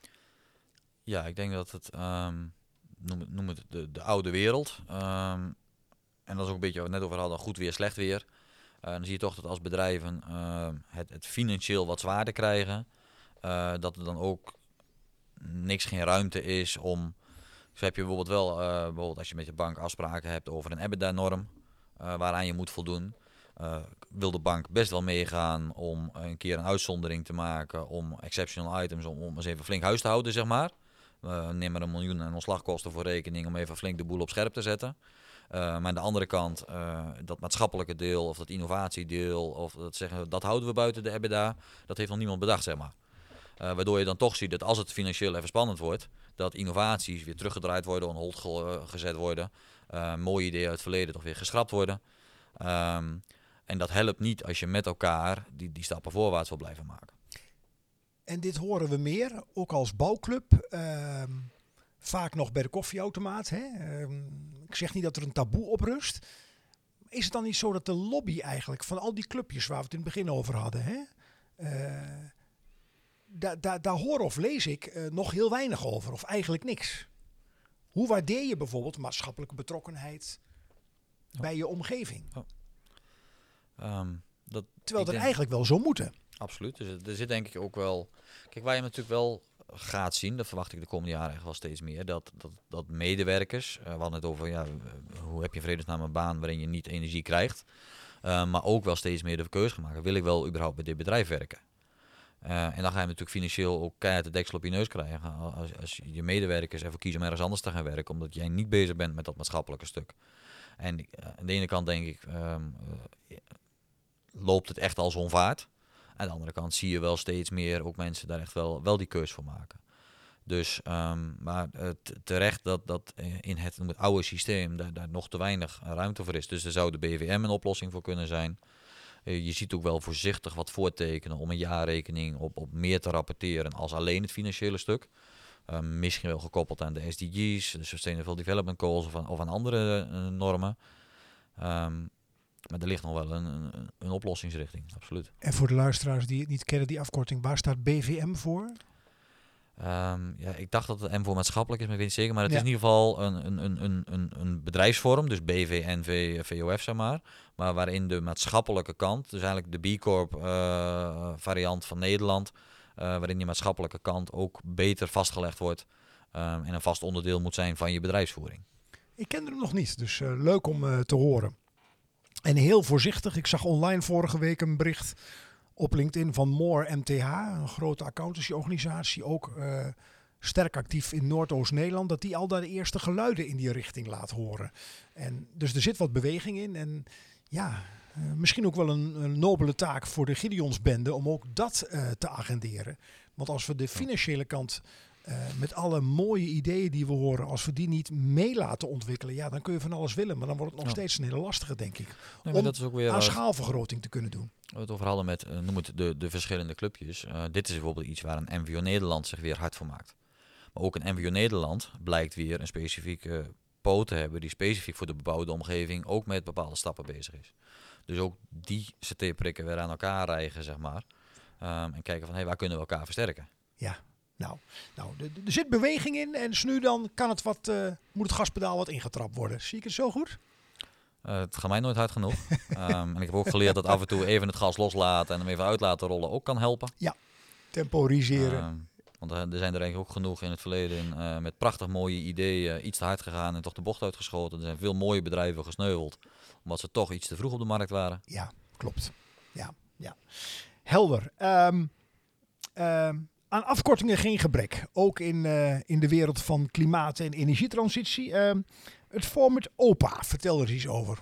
Ja, ik denk dat het, um, noem het, noem het de, de oude wereld. Um, en dat is ook een beetje wat we net over hadden, goed weer, slecht weer. Uh, dan zie je toch dat als bedrijven uh, het, het financieel wat zwaarder krijgen, uh, dat er dan ook niks, geen ruimte is om. Dus heb je bijvoorbeeld wel, uh, bijvoorbeeld als je met je bank afspraken hebt over een EBITDA-norm, uh, waaraan je moet voldoen, uh, wil de bank best wel meegaan om een keer een uitzondering te maken, om exceptional items, om, om eens even flink huis te houden, zeg maar. Uh, neem maar een miljoen aan ontslagkosten voor rekening om even flink de boel op scherp te zetten. Uh, maar aan de andere kant, uh, dat maatschappelijke deel of dat innovatiedeel, of dat zeggen, dat houden we buiten de EBITDA, dat heeft nog niemand bedacht, zeg maar. Uh, waardoor je dan toch ziet dat als het financieel even spannend wordt, dat innovaties weer teruggedraaid worden, on hold ge- gezet worden, uh, mooie ideeën uit het verleden toch weer geschrapt worden. Um, en dat helpt niet als je met elkaar die, die stappen voorwaarts wil blijven maken. En dit horen we meer, ook als bouwclub. Uh... Vaak nog bij de koffieautomaat. Hè? Um, ik zeg niet dat er een taboe op rust. Is het dan niet zo dat de lobby eigenlijk van al die clubjes waar we het in het begin over hadden, hè? Uh, da, da, daar hoor of lees ik uh, nog heel weinig over. Of eigenlijk niks. Hoe waardeer je bijvoorbeeld maatschappelijke betrokkenheid ja. bij je omgeving? Ja. Um, dat, Terwijl het denk, eigenlijk wel zou moeten. Absoluut. Dus er zit denk ik ook wel. Kijk, waar je natuurlijk wel gaat zien, dat verwacht ik de komende jaren echt wel steeds meer, dat, dat, dat medewerkers, uh, we hadden het over, ja, hoe heb je vredesnaam een baan waarin je niet energie krijgt, uh, maar ook wel steeds meer de keuze maken. Wil ik wel überhaupt bij dit bedrijf werken? Uh, en dan ga je natuurlijk financieel ook keihard de deksel op je neus krijgen als, als je medewerkers ervoor kiezen om ergens anders te gaan werken, omdat jij niet bezig bent met dat maatschappelijke stuk. En uh, aan de ene kant denk ik, um, uh, loopt het echt al zo'n vaart. Aan de andere kant zie je wel steeds meer ook mensen daar echt wel, wel die keus voor maken. Dus, um, maar uh, t- terecht dat, dat uh, in het, het oude systeem daar, daar nog te weinig ruimte voor is. Dus er zou de B V M een oplossing voor kunnen zijn. Uh, je ziet ook wel voorzichtig wat voortekenen om een jaarrekening op, op meer te rapporteren als alleen het financiële stuk. Uh, misschien wel gekoppeld aan de S D G's, de Sustainable Development Goals of aan, of aan andere uh, normen. Um, Maar er ligt nog wel een, een, een oplossingsrichting, absoluut. En voor de luisteraars die het niet kennen, die afkorting, waar staat B V M voor? Um, ja, ik dacht dat het M voor maatschappelijk is, maar ik weet niet zeker. Maar het ja. is in ieder geval een, een, een, een, een bedrijfsvorm, dus B V N V V O F, zeg maar. Maar waarin de maatschappelijke kant, dus eigenlijk de B Corp uh, variant van Nederland, uh, waarin die maatschappelijke kant ook beter vastgelegd wordt um, en een vast onderdeel moet zijn van je bedrijfsvoering. Ik kende hem nog niet, dus uh, leuk om uh, te horen. En heel voorzichtig, ik zag online vorige week een bericht op LinkedIn van More M T H, een grote accountancy-organisatie, ook uh, sterk actief in Noordoost-Nederland, dat die al daar de eerste geluiden in die richting laat horen. En dus er zit wat beweging in en ja, uh, misschien ook wel een, een nobele taak voor de Gideonsbende om ook dat uh, te agenderen. Want als we de financiële kant Uh, met alle mooie ideeën die we horen, als we die niet mee laten ontwikkelen, ja, dan kun je van alles willen, maar dan wordt het nog ja. steeds een hele lastige, denk ik. Nee, om dat is ook weer aan schaalvergroting te kunnen doen. We het over hadden met, uh, noem het de, de verschillende clubjes. Uh, dit is bijvoorbeeld iets waar een M V O Nederland zich weer hard voor maakt. Maar ook een M V O Nederland blijkt weer een specifieke poten hebben die specifiek voor de bebouwde omgeving ook met bepaalde stappen bezig is. Dus ook die satéprikken weer aan elkaar rijgen, zeg maar. Um, en kijken van, hey, waar kunnen we elkaar versterken? Ja, nou, nou er zit beweging in en dus nu dan kan het wat, uh, moet het gaspedaal wat ingetrapt worden. Zie ik het zo goed? Uh, het gaat mij nooit hard genoeg. um, en ik heb ook geleerd dat af en toe even het gas loslaten en hem even uit laten rollen ook kan helpen. Ja, temporiseren. Um, want uh, er zijn er eigenlijk ook genoeg in het verleden uh, met prachtig mooie ideeën iets te hard gegaan en toch de bocht uitgeschoten. Er zijn veel mooie bedrijven gesneuveld, omdat ze toch iets te vroeg op de markt waren. Ja, klopt. Ja, ja. Helder. Um, um, aan afkortingen geen gebrek. Ook in, uh, in de wereld van klimaat- en energietransitie. Um, het format O P A, vertel er iets over.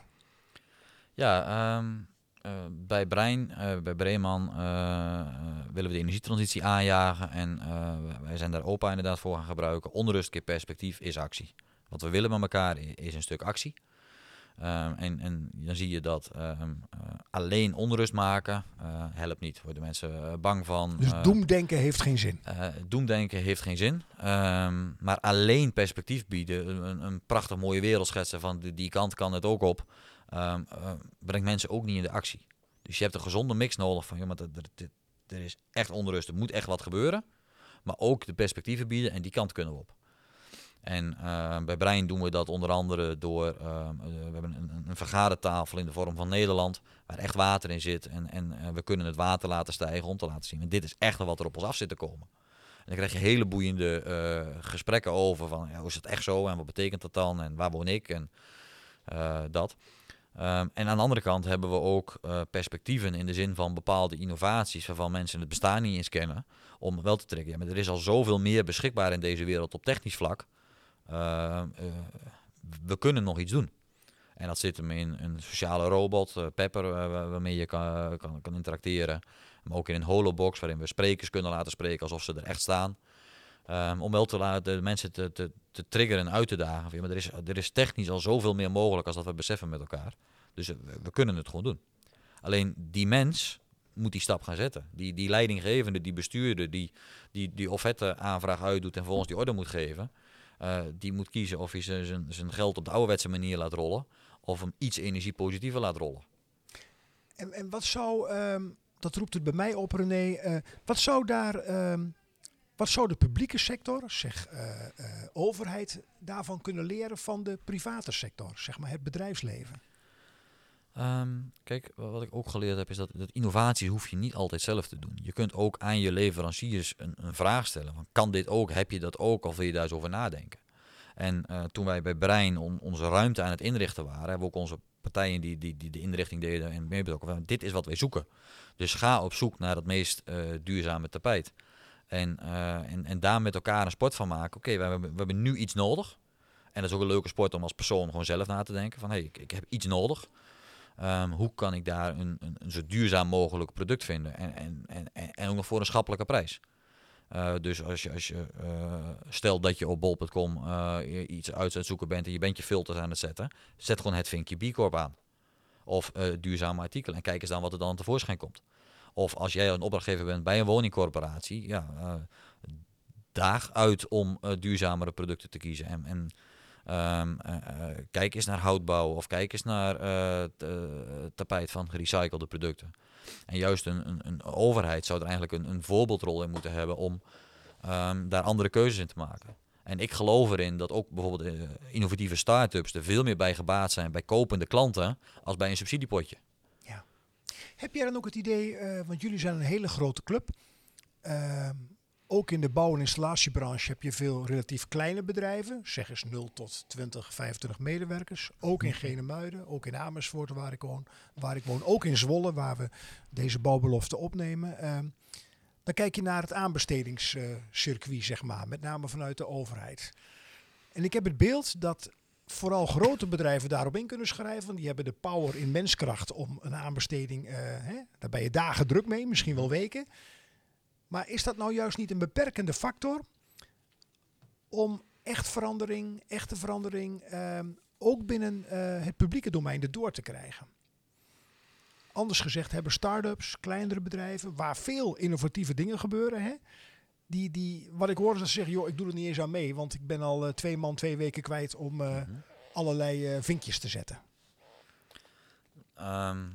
Ja, um, uh, bij Brein, uh, bij Breeman uh, uh, willen we de energietransitie aanjagen. En uh, wij zijn daar O P A inderdaad voor gaan gebruiken. Onrust keer perspectief is actie. Wat we willen met elkaar is een stuk actie. Um, en, en dan zie je dat um, uh, alleen onrust maken uh, helpt niet. Daar worden mensen uh, bang van. Dus uh, doemdenken heeft geen zin. Uh, doemdenken heeft geen zin. Um, maar alleen perspectief bieden, een, een prachtig mooie wereld schetsen van die, die kant kan het ook op, um, uh, brengt mensen ook niet in de actie. Dus je hebt een gezonde mix nodig van, ja, maar er, er, er is echt onrust, er moet echt wat gebeuren. Maar ook de perspectieven bieden en die kant kunnen we op. En uh, bij Brein doen we dat onder andere door, uh, we hebben een, een vergadertafel in de vorm van Nederland, waar echt water in zit. En, en uh, we kunnen het water laten stijgen om te laten zien. En dit is echt wat er op ons af zit te komen. En dan krijg je hele boeiende uh, gesprekken over van, ja, hoe is het echt zo en wat betekent dat dan en waar woon ik en uh, dat. Um, en aan de andere kant hebben we ook uh, perspectieven in de zin van bepaalde innovaties waarvan mensen het bestaan niet eens kennen, om wel te trekken. Ja, maar er is al zoveel meer beschikbaar in deze wereld op technisch vlak. Uh, uh, we kunnen nog iets doen. En dat zit hem in een sociale robot, uh, Pepper, uh, waarmee je kan, kan, kan interacteren. Maar ook in een holobox, waarin we sprekers kunnen laten spreken alsof ze er echt staan. Um, om wel te laten de mensen te, te, te triggeren en uit te dagen. Maar er is, er is technisch al zoveel meer mogelijk als dat we beseffen met elkaar. Dus uh, we kunnen het gewoon doen. Alleen die mens moet die stap gaan zetten. Die, die leidinggevende, die bestuurder, die die, die offerte aanvraag uitdoet en vervolgens die orde moet geven. Uh, die moet kiezen of hij zijn, zijn geld op de ouderwetse manier laat rollen, of hem iets energiepositiever laat rollen. En, en wat zou, um, dat roept het bij mij op, René, uh, wat zou daar, um, wat zou de publieke sector, zeg uh, uh, overheid, daarvan kunnen leren van de private sector, zeg maar het bedrijfsleven? Um, kijk, wat ik ook geleerd heb is dat, dat innovatie hoef je niet altijd zelf te doen. Je kunt ook aan je leveranciers een, een vraag stellen. Van, kan dit ook? Heb je dat ook? Of wil je daar eens over nadenken? En uh, toen wij bij Brein on, onze ruimte aan het inrichten waren, hebben we ook onze partijen die, die, die de inrichting deden en mee betrokken. Dit is wat wij zoeken. Dus ga op zoek naar het meest uh, duurzame tapijt. En, uh, en, en daar met elkaar een sport van maken. Oké, okay, we, we hebben nu iets nodig. En dat is ook een leuke sport om als persoon gewoon zelf na te denken. Van hé, hey, ik, ik heb iets nodig. Um, hoe kan ik daar een, een, een zo duurzaam mogelijk product vinden en, en, en, en ook nog voor een schappelijke prijs. Uh, dus als je, als je uh, stel dat je op bol punt com uh, iets uit het zoeken bent en je bent je filters aan het zetten, zet gewoon het vinkje B Corp aan. Of uh, duurzame artikelen en kijk eens dan wat er dan tevoorschijn komt. Of als jij een opdrachtgever bent bij een woningcorporatie, ja, uh, daag uit om uh, duurzamere producten te kiezen. En, en Um, uh, uh, kijk eens naar houtbouw of kijk eens naar uh, t, uh, tapijt van gerecyclede producten. En juist een, een, een overheid zou er eigenlijk een, een voorbeeldrol in moeten hebben om um, daar andere keuzes in te maken. En ik geloof erin dat ook bijvoorbeeld uh, innovatieve start-ups er veel meer bij gebaat zijn bij kopende klanten als bij een subsidiepotje. Ja. Heb jij dan ook het idee, uh, want jullie zijn een hele grote club, uh, ook in de bouw- en installatiebranche heb je veel relatief kleine bedrijven. Zeg eens nul tot twintig, vijfentwintig medewerkers. Ook in Genemuiden, ook in Amersfoort waar ik woon. Waar ik woon, ook in Zwolle waar we deze bouwbelofte opnemen. Uh, dan kijk je naar het aanbestedingscircuit, uh, zeg maar. Met name vanuit de overheid. En ik heb het beeld dat vooral grote bedrijven daarop in kunnen schrijven. Want die hebben de power in menskracht om een aanbesteding. Uh, hè, daar ben je dagen druk mee, misschien wel weken. Maar is dat nou juist niet een beperkende factor om echt verandering, echte verandering, uh, ook binnen uh, het publieke domein erdoor te krijgen? Anders gezegd hebben start-ups, kleinere bedrijven, waar veel innovatieve dingen gebeuren. Hè? Die, die, wat ik hoor is dat ze zeggen, joh, ik doe er niet eens aan mee, want ik ben al uh, twee man twee weken kwijt om, uh, mm-hmm. allerlei uh, vinkjes te zetten? Um,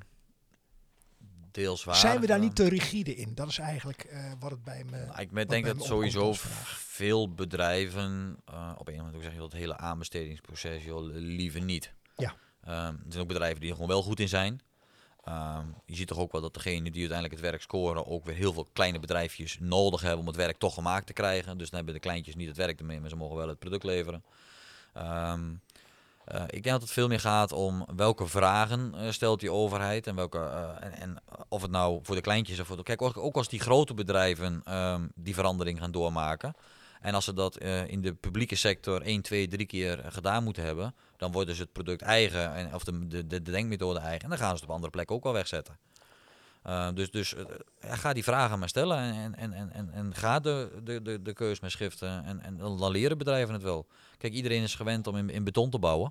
deels waar. Zijn we daar niet te rigide in? Dat is eigenlijk uh, wat het bij me. Nou, ik denk dat sowieso veel bedrijven uh, op een of andere manier zeggen dat het hele aanbestedingsproces joh, liever niet. Ja. Um, er zijn ook bedrijven die er gewoon wel goed in zijn. Um, je ziet toch ook wel dat degenen die uiteindelijk het werk scoren ook weer heel veel kleine bedrijfjes nodig hebben om het werk toch gemaakt te krijgen. Dus dan hebben de kleintjes niet het werk ermee, maar ze mogen wel het product leveren. Um, uh, ik denk dat het veel meer gaat om welke vragen uh, stelt die overheid en, welke, uh, en, en of het nou voor de kleintjes of voor de... Kijk, ook, ook als die grote bedrijven um, die verandering gaan doormaken. En als ze dat uh, in de publieke sector één, twee, drie keer uh, gedaan moeten hebben, dan wordt dus het product eigen, en, of de, de, de denkmethode eigen. En dan gaan ze het op andere plekken ook wel wegzetten. Uh, dus dus uh, ja, ga die vragen maar stellen en, en, en, en, en ga de, de, de, de keus maar schiften. En, en dan leren bedrijven het wel. Kijk, iedereen is gewend om in, in beton te bouwen.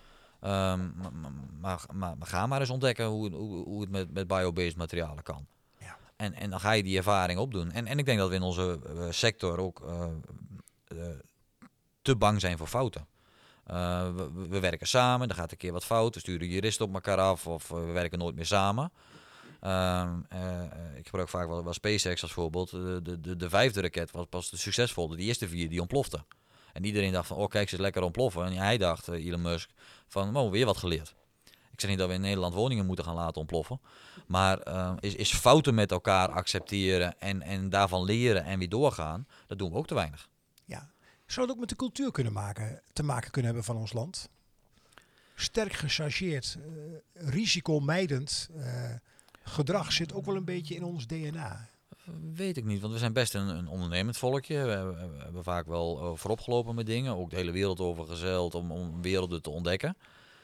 Um, maar, maar, maar, maar ga maar eens ontdekken hoe, hoe, hoe het met, met biobased materialen kan. Ja. En, en dan ga je die ervaring opdoen. En, en ik denk dat we in onze uh, sector ook uh, uh, te bang zijn voor fouten. Uh, we, we werken samen, er gaat een keer wat fout, we sturen juristen op elkaar af of uh, we werken nooit meer samen. Uh, uh, ik gebruik vaak wel, wel SpaceX als voorbeeld. De, de, de, de vijfde raket was pas de succesvolle, die eerste vier die ontplofte. En iedereen dacht van, oh kijk, ze is lekker ontploffen. En hij dacht, uh, Elon Musk, van, oh, weer wat geleerd. Ik zeg niet dat we in Nederland woningen moeten gaan laten ontploffen. Maar uh, is, is fouten met elkaar accepteren en, en daarvan leren en weer doorgaan, dat doen we ook te weinig. Ja. Zou het ook met de cultuur kunnen maken, te maken kunnen hebben van ons land? Sterk gechargeerd, uh, risicomijdend uh, gedrag zit ook wel een beetje in ons D N A. Weet ik niet, want we zijn best een, een ondernemend volkje. We hebben, we hebben vaak wel uh, voorop gelopen met dingen. Ook de hele wereld over gezeild om, om werelden te ontdekken.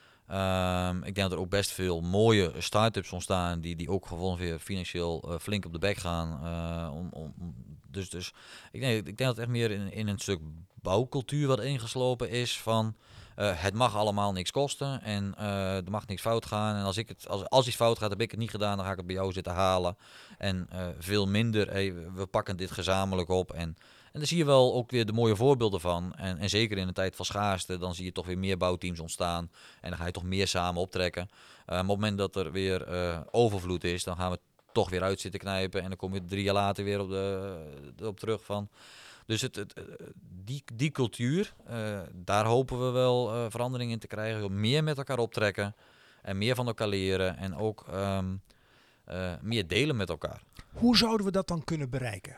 Um, ik denk dat er ook best veel mooie start-ups ontstaan die, die ook gewoon weer financieel uh, flink op de bek gaan. Uh, om, om, dus, dus ik denk, ik denk dat het echt meer in, in een stuk bouwcultuur wat ingeslopen is van uh, het mag allemaal niks kosten en uh, er mag niks fout gaan. En als, ik het, als, als iets fout gaat, heb ik het niet gedaan, dan ga ik het bij jou zitten halen. En uh, veel minder, hey, we pakken dit gezamenlijk op. En, en daar zie je wel ook weer de mooie voorbeelden van. En, en zeker in een tijd van schaarste, dan zie je toch weer meer bouwteams ontstaan. En dan ga je toch meer samen optrekken. Uh, maar op het moment dat er weer uh, overvloed is, dan gaan we toch weer uit zitten knijpen. En dan kom je drie jaar later weer op, de, op terug van. Dus het, het, die, die cultuur, uh, daar hopen we wel uh, verandering in te krijgen. Meer met elkaar optrekken en meer van elkaar leren. En ook um, uh, meer delen met elkaar. Hoe zouden we dat dan kunnen bereiken?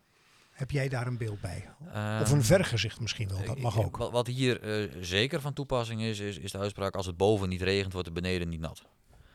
Heb jij daar een beeld bij? Um, of een vergezicht misschien wel, dat mag ook. Wat, wat hier uh, zeker van toepassing is, is, is de uitspraak: als het boven niet regent, wordt het beneden niet nat.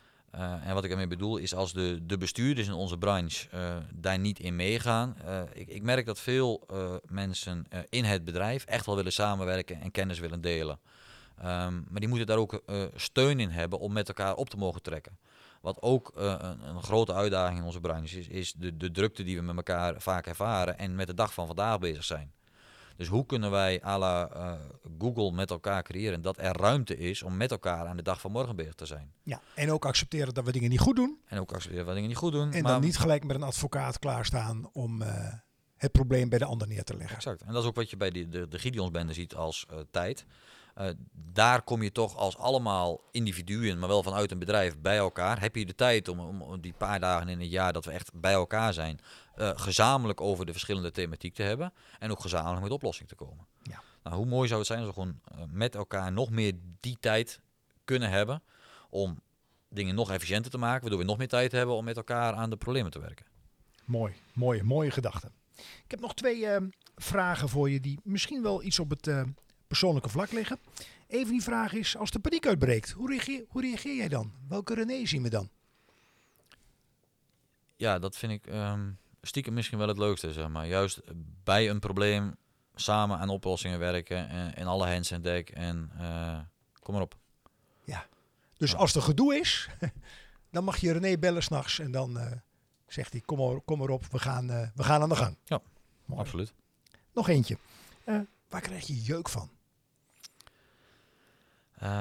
Uh, en wat ik ermee bedoel is, als de, de bestuurders in onze branche uh, daar niet in meegaan. Uh, ik, ik merk dat veel uh, mensen uh, in het bedrijf echt wel willen samenwerken en kennis willen delen. Um, maar die moeten daar ook uh, steun in hebben om met elkaar op te mogen trekken. Wat ook uh, een, een grote uitdaging in onze branche is, is de, de drukte die we met elkaar vaak ervaren en met de dag van vandaag bezig zijn. Dus hoe kunnen wij à la uh, Google met elkaar creëren dat er ruimte is om met elkaar aan de dag van morgen bezig te zijn. Ja, en ook accepteren dat we dingen niet goed doen. En ook accepteren dat we dingen niet goed doen. En maar dan niet gelijk met een advocaat klaarstaan om uh, het probleem bij de ander neer te leggen. Exact. En dat is ook wat je bij de, de, de Gideonsbende ziet als uh, tijd. Uh, daar kom je toch als allemaal individuen, maar wel vanuit een bedrijf bij elkaar. Heb je de tijd om, om, om die paar dagen in het jaar dat we echt bij elkaar zijn, uh, gezamenlijk over de verschillende thematiek te hebben. En ook gezamenlijk met oplossingen te komen. Ja. Nou, hoe mooi zou het zijn als we gewoon uh, met elkaar nog meer die tijd kunnen hebben om dingen nog efficiënter te maken, waardoor we nog meer tijd hebben om met elkaar aan de problemen te werken. Mooi, mooie, mooie gedachten. Ik heb nog twee uh, vragen voor je die misschien wel iets op het uh, persoonlijke vlak liggen. Een van die vragen is, als de paniek uitbreekt, hoe reageer, hoe reageer jij dan? Welke René zien we dan? Ja, dat vind ik um, stiekem misschien wel het leukste, zeg maar. Juist bij een probleem samen aan oplossingen werken en, en alle hands aan dek en uh, kom maar op. Ja, dus ja. Als er gedoe is, dan mag je René bellen 's nachts en dan uh, zegt hij, kom maar, kom maar op, we gaan, uh, we gaan aan de gang. Ja, mooi. Absoluut. Nog eentje. Uh, waar krijg je jeuk van?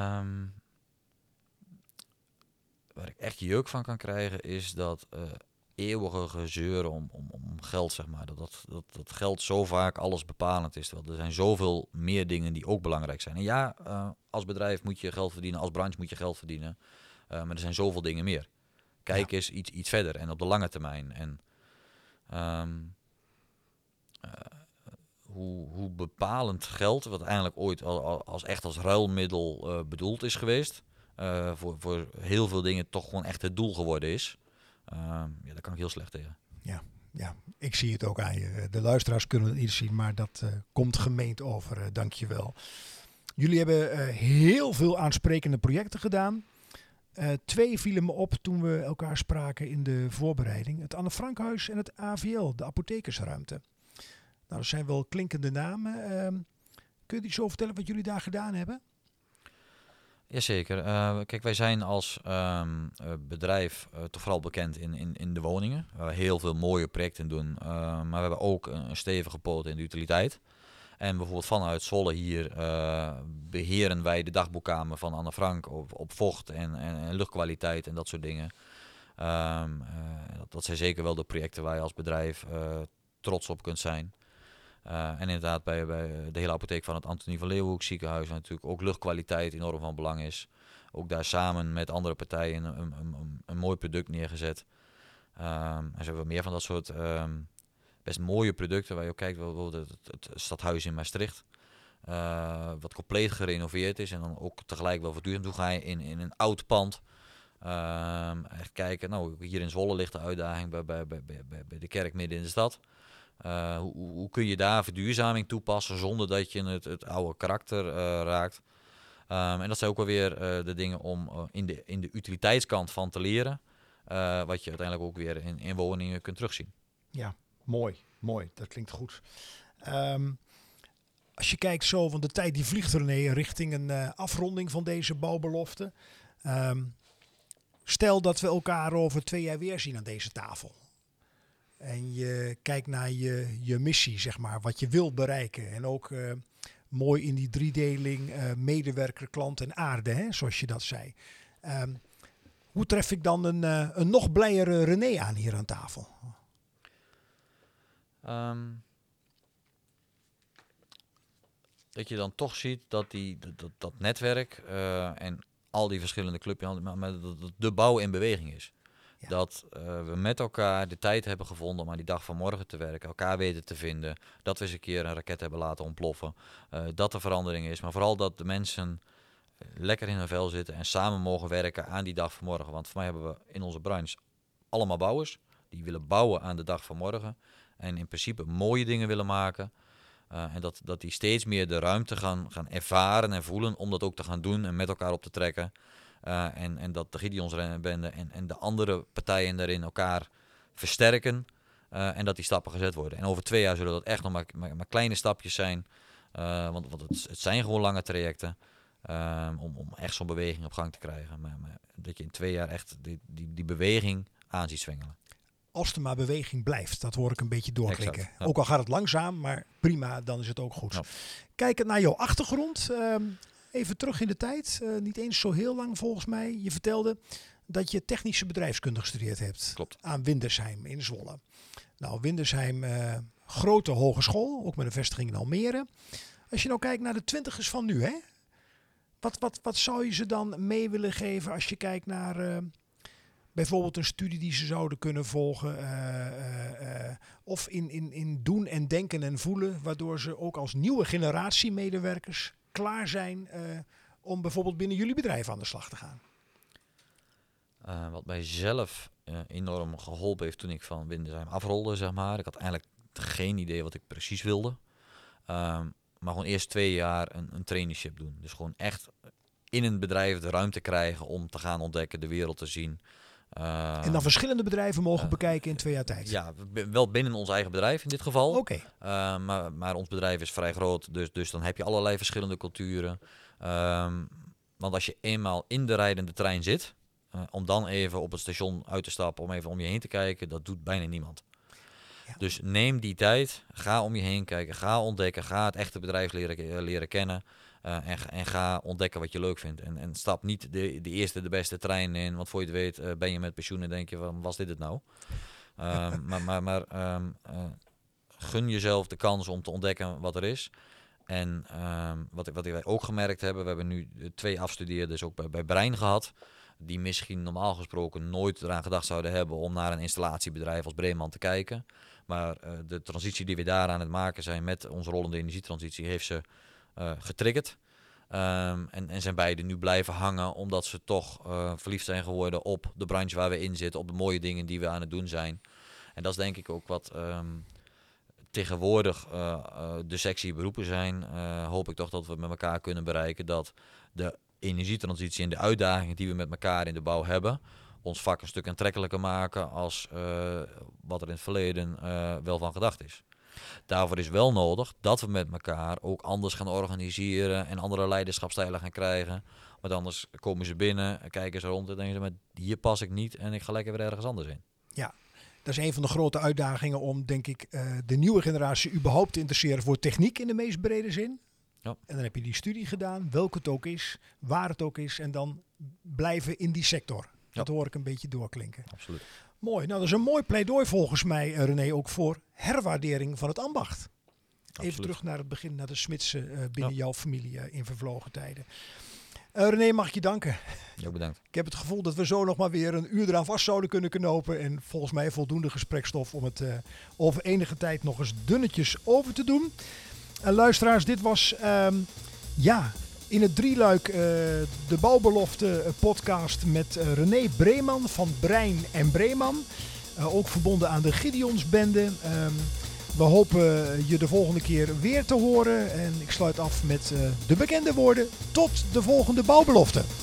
Um, waar ik echt jeuk van kan krijgen is dat uh, eeuwige gezeur om, om, om geld, zeg maar. Dat, dat, dat, dat geld zo vaak alles bepalend is. Terwijl er zijn zoveel meer dingen die ook belangrijk zijn. En ja, uh, als bedrijf moet je geld verdienen, als branche moet je geld verdienen. Uh, maar er zijn zoveel dingen meer. Kijk ja. eens iets, iets verder en op de lange termijn. En um, uh, hoe, hoe bepalend geld, wat eigenlijk ooit al, als echt als ruilmiddel uh, bedoeld is geweest, uh, voor, voor heel veel dingen toch gewoon echt het doel geworden is. Uh, ja, daar kan ik heel slecht tegen. Ja, ja, ik zie het ook aan je. De luisteraars kunnen het niet zien, maar dat uh, komt gemeend over. Uh, Dank je wel. Jullie hebben uh, heel veel aansprekende projecten gedaan. Uh, twee vielen me op toen we elkaar spraken in de voorbereiding. Het Anne Frankhuis en het A V L, de apothekersruimte. Nou, dat zijn wel klinkende namen. Uh, kun je iets over vertellen wat jullie daar gedaan hebben? Jazeker. Uh, kijk, wij zijn als um, uh, bedrijf uh, toch vooral bekend in, in, in de woningen. Waar we heel veel mooie projecten doen. Uh, maar we hebben ook een, een stevige poot in de utiliteit. En bijvoorbeeld vanuit Zwolle hier uh, beheren wij de dagboekkamer van Anne Frank op, op vocht en, en, en luchtkwaliteit en dat soort dingen. Um, uh, dat, dat zijn zeker wel de projecten waar je als bedrijf uh, trots op kunt zijn. Uh, en inderdaad bij, bij de hele apotheek van het Antonie van Leeuwenhoek ziekenhuis natuurlijk ook luchtkwaliteit enorm van belang is. Ook daar samen met andere partijen een, een, een, een mooi product neergezet. Um, en zo hebben we meer van dat soort um, best mooie producten waar je ook kijkt, bijvoorbeeld het, het, het stadhuis in Maastricht. Uh, wat compleet gerenoveerd is en dan ook tegelijk wel verduurzaamd. Hoe ga je in, in een oud pand um, echt kijken. Nou, hier in Zwolle ligt de uitdaging bij, bij, bij, bij, bij de kerk midden in de stad. Uh, hoe, hoe kun je daar verduurzaming toepassen zonder dat je het, het oude karakter uh, raakt. Um, en dat zijn ook wel weer uh, de dingen om uh, in, de, in de utiliteitskant van te leren. Uh, wat je uiteindelijk ook weer in, in woningen kunt terugzien. Ja, mooi. Mooi. Dat klinkt goed. Um, als je kijkt zo, van de tijd die vliegt, René, richting een uh, afronding van deze bouwbelofte. Um, stel dat we elkaar over twee jaar weer zien aan deze tafel. En je kijkt naar je, je missie, zeg maar, wat je wilt bereiken. En ook uh, mooi in die driedeling uh, medewerker, klant en aarde, hè, zoals je dat zei. Um, hoe tref ik dan een, uh, een nog blijere René aan hier aan tafel? Um, dat je dan toch ziet dat die, dat, dat netwerk uh, en al die verschillende clubjes, maar, maar dat de bouw in beweging is. Ja. Dat uh, we met elkaar de tijd hebben gevonden om aan die dag van morgen te werken. Elkaar weten te vinden. Dat we eens een keer een raket hebben laten ontploffen. Uh, dat er verandering is. Maar vooral dat de mensen lekker in hun vel zitten en samen mogen werken aan die dag van morgen. Want voor mij hebben we in onze branche allemaal bouwers. Die willen bouwen aan de dag van morgen. En in principe mooie dingen willen maken. Uh, en dat, dat die steeds meer de ruimte gaan, gaan ervaren en voelen om dat ook te gaan doen en met elkaar op te trekken. Uh, en, en dat de Gideonsbende en, en de andere partijen daarin elkaar versterken uh, en dat die stappen gezet worden. En over twee jaar zullen dat echt nog maar, maar, maar kleine stapjes zijn, uh, want, want het, het zijn gewoon lange trajecten uh, om, om echt zo'n beweging op gang te krijgen. Maar, maar dat je in twee jaar echt die, die, die beweging aan ziet zwengelen. Als er maar beweging blijft, dat hoor ik een beetje doorklikken. Exact, ja. Ook al gaat het langzaam, maar prima, dan is het ook goed. Ja. Kijkend naar jouw achtergrond, uh, even terug in de tijd, uh, niet eens zo heel lang volgens mij. Je vertelde dat je technische bedrijfskunde gestudeerd hebt. Klopt. Aan Windersheim in Zwolle. Nou, Windersheim, uh, grote hogeschool, ook met een vestiging in Almere. Als je nou kijkt naar de twintigers van nu, hè? Wat, wat, wat zou je ze dan mee willen geven als je kijkt naar Uh, bijvoorbeeld een studie die ze zouden kunnen volgen. Uh, uh, uh, of in, in, in doen en denken en voelen. Waardoor ze ook als nieuwe generatie medewerkers klaar zijn uh, om bijvoorbeeld binnen jullie bedrijf aan de slag te gaan. Uh, wat mij zelf uh, enorm geholpen heeft toen ik van Windersheim afrolde, zeg maar. Ik had eigenlijk geen idee wat ik precies wilde. Um, maar gewoon eerst twee jaar een, een traineeship doen. Dus gewoon echt in een bedrijf de ruimte krijgen om te gaan ontdekken, de wereld te zien. Uh, en dan verschillende bedrijven mogen uh, bekijken in twee jaar tijd? Ja, wel binnen ons eigen bedrijf in dit geval. Oké. Okay. Uh, maar, maar ons bedrijf is vrij groot, dus, dus dan heb je allerlei verschillende culturen. Um, want als je eenmaal in de rijdende trein zit, uh, om dan even op het station uit te stappen, om even om je heen te kijken, dat doet bijna niemand. Ja. Dus neem die tijd, ga om je heen kijken, ga ontdekken, ga het echte bedrijf leren, leren kennen. Uh, en, en ga ontdekken wat je leuk vindt. En, en stap niet de, de eerste, de beste trein in. Want voor je het weet uh, ben je met pensioen en denk je, van, was dit het nou? Um, maar maar, maar um, uh, gun jezelf de kans om te ontdekken wat er is. En um, wat, wat wij ook gemerkt hebben, we hebben nu twee afstudeerders ook bij, bij Brein gehad, die misschien normaal gesproken nooit eraan gedacht zouden hebben om naar een installatiebedrijf als Breeman te kijken. Maar uh, de transitie die we daar aan het maken zijn met onze rollende energietransitie heeft ze uh, getriggerd. Um, en, en zijn beide nu blijven hangen omdat ze toch uh, verliefd zijn geworden op de branche waar we in zitten, op de mooie dingen die we aan het doen zijn. En dat is denk ik ook wat um, tegenwoordig uh, uh, de sexy beroepen zijn. Uh, hoop ik toch dat we met elkaar kunnen bereiken dat de energietransitie en de uitdagingen die we met elkaar in de bouw hebben, ons vak een stuk aantrekkelijker maken als uh, wat er in het verleden uh, wel van gedacht is. Daarvoor is wel nodig dat we met elkaar ook anders gaan organiseren en andere leiderschapstijlen gaan krijgen. Want anders komen ze binnen, kijken ze rond en denken ze, maar hier pas ik niet en ik ga lekker weer ergens anders in. Ja, dat is een van de grote uitdagingen om, denk ik, uh, de nieuwe generatie überhaupt te interesseren voor techniek in de meest brede zin. Ja. En dan heb je die studie gedaan, welke het ook is, waar het ook is, en dan blijven in die sector. Dat ja. hoor ik een beetje doorklinken. Absoluut. Mooi. Nou, dat is een mooi pleidooi volgens mij, René, ook voor herwaardering van het ambacht. Absoluut. Even terug naar het begin, naar de Smidse uh, binnen ja. jouw familie uh, in vervlogen tijden. Uh, René, mag ik je danken. Ja, bedankt. Ik heb het gevoel dat we zo nog maar weer een uur eraan vast zouden kunnen knopen. En volgens mij voldoende gesprekstof om het uh, over enige tijd nog eens dunnetjes over te doen. Uh, luisteraars, dit was um, ja, in het drieluik uh, de Bouwbelofte podcast met uh, René Breeman van Brein en Breeman. Uh, ook verbonden aan de Gideonsbende. Um, we hopen je de volgende keer weer te horen. En ik sluit af met uh, de bekende woorden. Tot de volgende Bouwbelofte.